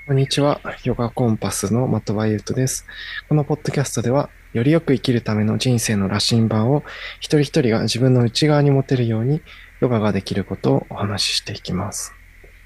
こんにちは。ヨガコンパスの的場優斗です。このポッドキャストでは、よりよく生きるための人生の羅針盤を一人一人が自分の内側に持てるように、ヨガができることをお話ししていきます。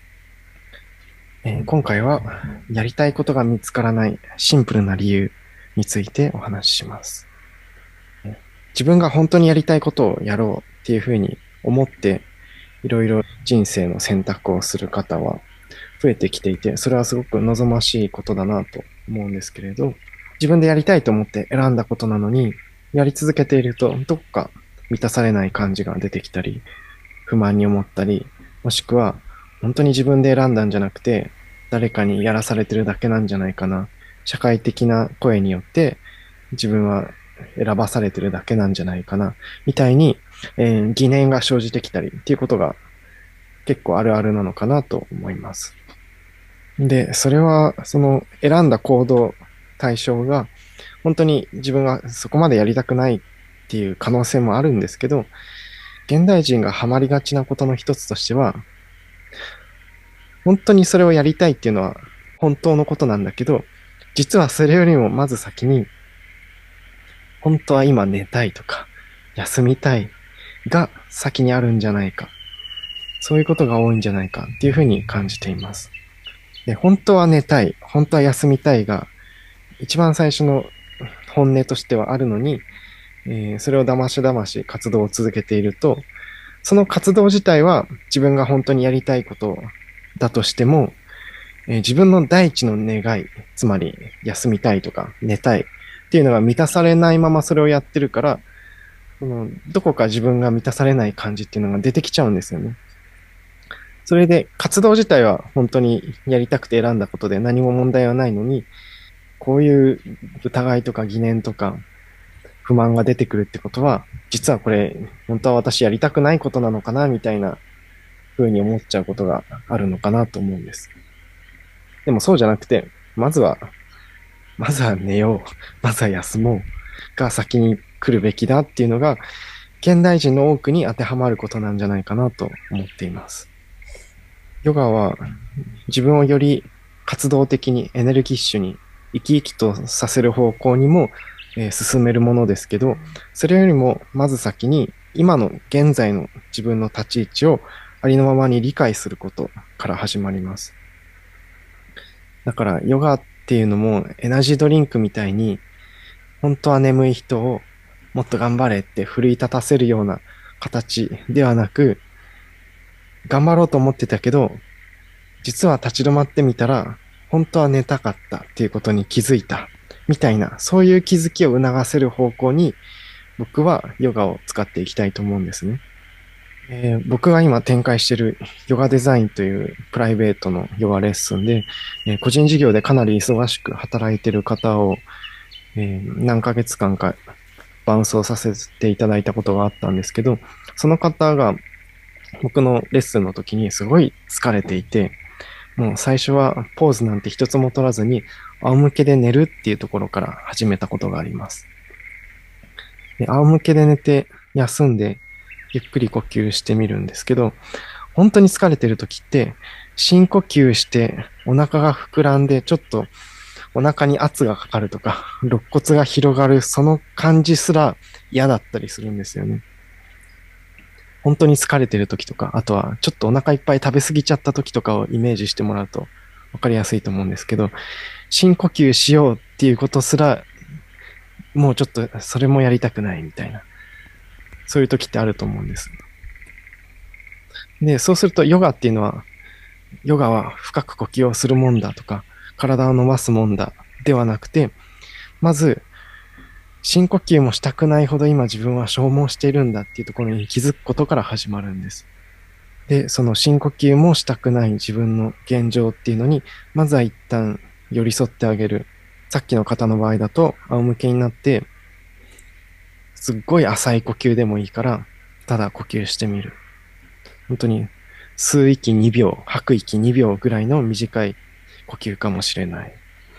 今回は、やりたいことが見つからないシンプルな理由についてお話しします。自分が本当にやりたいことをやろうっていうふうに思って、いろいろ人生の選択をする方は増えてきていて、それはすごく望ましいことだなと思うんですけれど、自分でやりたいと思って選んだことなのに、やり続けていると、どこか満たされない感じが出てきたり、不満に思ったり、もしくは、本当に自分で選んだんじゃなくて、誰かにやらされてるだけなんじゃないかな。社会的な声によって、自分は選ばされてるだけなんじゃないかな。みたいに、疑念が生じてきたりっていうことが結構あるあるなのかなと思います。で、それは、その選んだ行動対象が、本当に自分がそこまでやりたくないっていう可能性もあるんですけど、現代人がハマりがちなことの一つとしては、本当にそれをやりたいっていうのは本当のことなんだけど、実はそれよりもまず先に、本当は今寝たいとか、休みたいが先にあるんじゃないか。そういうことが多いんじゃないかっていうふうに感じています。で、本当は寝たい、本当は休みたいが一番最初の本音としてはあるのに、それをだましだまし活動を続けていると、その活動自体は自分が本当にやりたいことだとしても、自分の第一の願い、つまり休みたいとか寝たいっていうのが満たされないままそれをやってるから、どこか自分が満たされない感じっていうのが出てきちゃうんですよね。それで活動自体は本当にやりたくて選んだことで何も問題はないのに、こういう疑いとか疑念とか不満が出てくるってことは、実はこれ、本当は私やりたくないことなのかな、みたいな風に思っちゃうことがあるのかなと思うんです。でもそうじゃなくて、まずは寝よう。まずは休もう。が先に来るべきだっていうのが、現代人の多くに当てはまることなんじゃないかなと思っています。ヨガは自分をより活動的にエネルギッシュに生き生きとさせる方向にも、進めるものですけど、それよりもまず先に今の現在の自分の立ち位置をありのままに理解することから始まります。だからヨガっていうのもエナジードリンクみたいに本当は眠い人をもっと頑張れって奮い立たせるような形ではなく、頑張ろうと思ってたけど、実は立ち止まってみたら、本当は寝たかったっていうことに気づいた。みたいな、そういう気づきを促せる方向に、僕はヨガを使っていきたいと思うんですね。僕が今展開しているヨガデザインというプライベートのヨガレッスンで、個人事業でかなり忙しく働いている方を、何ヶ月間か伴走させていただいたことがあったんですけど、その方が僕のレッスンの時にすごい疲れていて、もう最初はポーズなんて一つも取らずに、仰向けで寝るっていうところから始めたことがあります。で、仰向けで寝て休んでゆっくり呼吸してみるんですけど、本当に疲れてる時って、深呼吸してお腹が膨らんでちょっとお腹に圧がかかるとか、肋骨が広がるその感じすら嫌だったりするんですよね。本当に疲れてる時とか、あとはちょっとお腹いっぱい食べ過ぎちゃった時とかをイメージしてもらうと分かりやすいと思うんですけど、深呼吸しようっていうことすら、もうちょっとそれもやりたくないみたいな、そういう時ってあると思うんです。で、そうするとヨガっていうのは、ヨガは深く呼吸をするもんだとか、体を伸ばすもんだではなくて、まず深呼吸もしたくないほど今自分は消耗しているんだっていうところに気づくことから始まるんです。で、その深呼吸もしたくない自分の現状っていうのに、まずは一旦寄り添ってあげる。さっきの方の場合だと、仰向けになって、すっごい浅い呼吸でもいいから、ただ呼吸してみる。本当に、吸う息2秒、吐く息2秒ぐらいの短い呼吸かもしれない。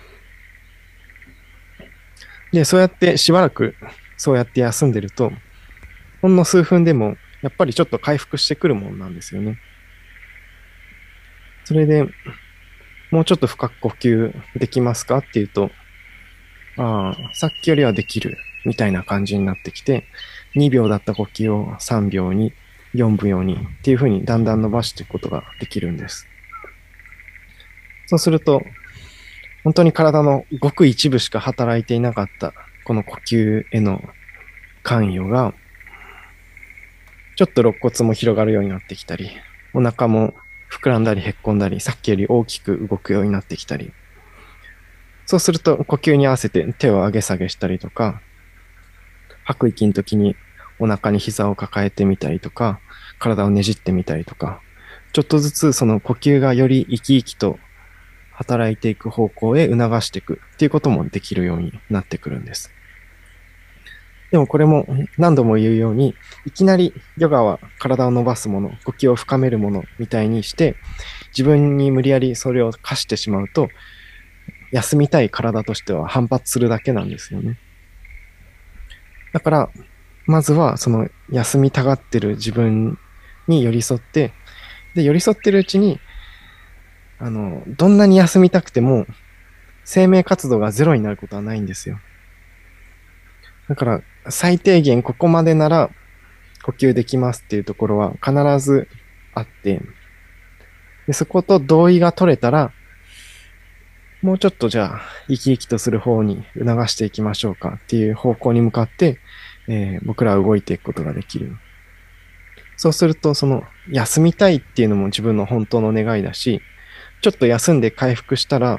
で、そうやってしばらく、そうやって休んでると、ほんの数分でも、やっぱりちょっと回復してくるもんなんですよね。それで、 もうちょっと深く呼吸できますかっていうと、ああ、さっきよりはできるみたいな感じになってきて、2秒だった呼吸を3秒に、4秒にっていう風にだんだん伸ばしていくことができるんです。そうすると、本当に体のごく一部しか働いていなかったこの呼吸への関与が、ちょっと肋骨も広がるようになってきたり、お腹も膨らんだりへっこんだり、さっきより大きく動くようになってきたり、そうすると呼吸に合わせて手を上げ下げしたりとか、吐く息の時にお腹に膝を抱えてみたりとか、体をねじってみたりとか、ちょっとずつその呼吸がより生き生きと働いていく方向へ促していくっていうこともできるようになってくるんです。でもこれも何度も言うように、いきなりヨガは体を伸ばすもの、呼吸を深めるものみたいにして、自分に無理やりそれを課してしまうと、休みたい体としては反発するだけなんですよね。だから、まずはその休みたがってる自分に寄り添って、で、寄り添ってるうちに、どんなに休みたくても、生命活動がゼロになることはないんですよ。だから、最低限ここまでなら呼吸できますっていうところは必ずあって、でそこと同意が取れたら、もうちょっとじゃあ、生き生きとする方に促していきましょうかっていう方向に向かって、僕らは動いていくことができる。そうすると、その、休みたいっていうのも自分の本当の願いだし、ちょっと休んで回復したら、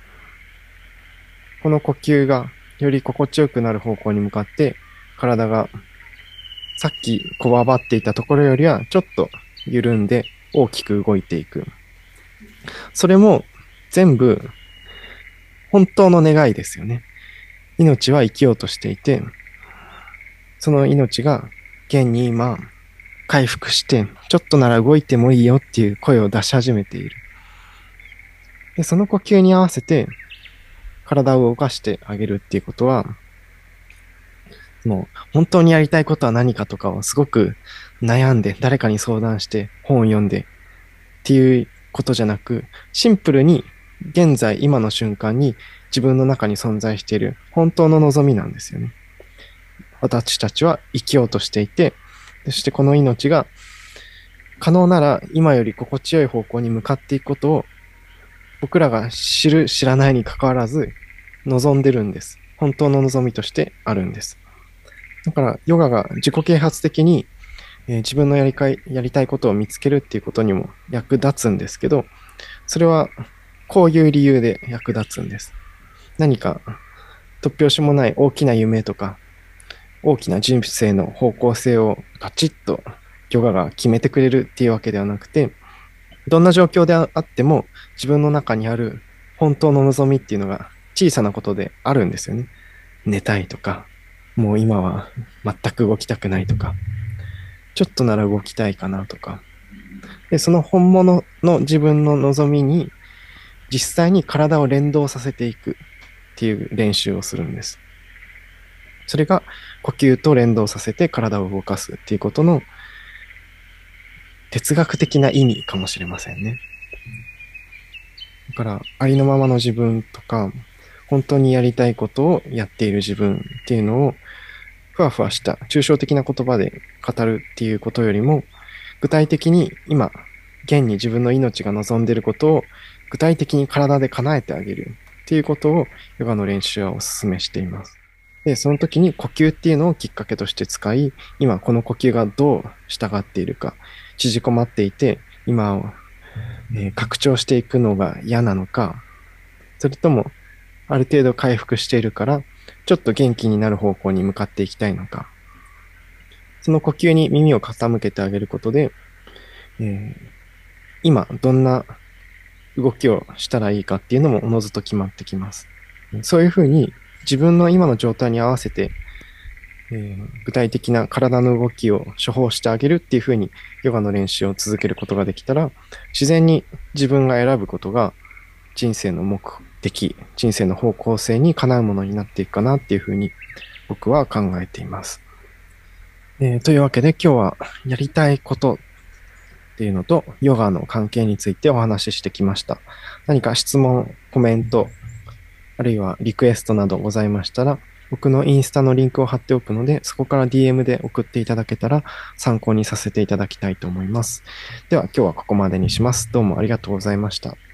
この呼吸がより心地よくなる方向に向かって、体がさっきこわばっていたところよりはちょっと緩んで大きく動いていく。それも全部本当の願いですよね。命は生きようとしていて、その命が現に今回復して、ちょっとなら動いてもいいよっていう声を出し始めている。で、その呼吸に合わせて体を動かしてあげるっていうことは、もう本当にやりたいことは何かとかをすごく悩んで、誰かに相談して、本を読んでっていうことじゃなく、シンプルに現在、今の瞬間に自分の中に存在している本当の望みなんですよね。私たちは生きようとしていて、そしてこの命が可能なら今より心地よい方向に向かっていくことを僕らが知る知らないに関わらず望んでるんです。本当の望みとしてあるんです。だからヨガが自己啓発的に、自分のやりたいことを見つけるっていうことにも役立つんですけど、それはこういう理由で役立つんです。何か突拍子もない大きな夢とか大きな人生の方向性をガチッとヨガが決めてくれるっていうわけではなくて、どんな状況であっても自分の中にある本当の望みっていうのが小さなことであるんですよね。寝たいとか、もう今は全く動きたくないとか、ちょっとなら動きたいかなとか。で、その本物の自分の望みに実際に体を連動させていくっていう練習をするんです。それが呼吸と連動させて体を動かすっていうことの哲学的な意味かもしれませんね。だからありのままの自分とか、本当にやりたいことをやっている自分っていうのをふわふわした抽象的な言葉で語るっていうことよりも、具体的に今、現に自分の命が望んでいることを具体的に体で叶えてあげるっていうことをヨガの練習はお勧めしています。で、その時に呼吸っていうのをきっかけとして使い、今この呼吸がどう従っているか、縮こまっていて、今、拡張していくのが嫌なのか、それともある程度回復しているから、ちょっと元気になる方向に向かっていきたいのか、その呼吸に耳を傾けてあげることで、今どんな動きをしたらいいかっていうのもおのずと決まってきます。そういうふうに自分の今の状態に合わせて、具体的な体の動きを処方してあげるっていうふうにヨガの練習を続けることができたら、自然に自分が選ぶことが人生の目的、人生の方向性にかなうものになっていくかなっていうふうに僕は考えています。というわけで今日はやりたいことっっていうのと、ヨガの関係についてお話ししてきました。何か質問、コメント、あるいはリクエストなどございましたら、僕のインスタのリンクを貼っておくので、そこから DM で送っていただけたら参考にさせていただきたいと思います。では今日はここまでにします。どうもありがとうございました。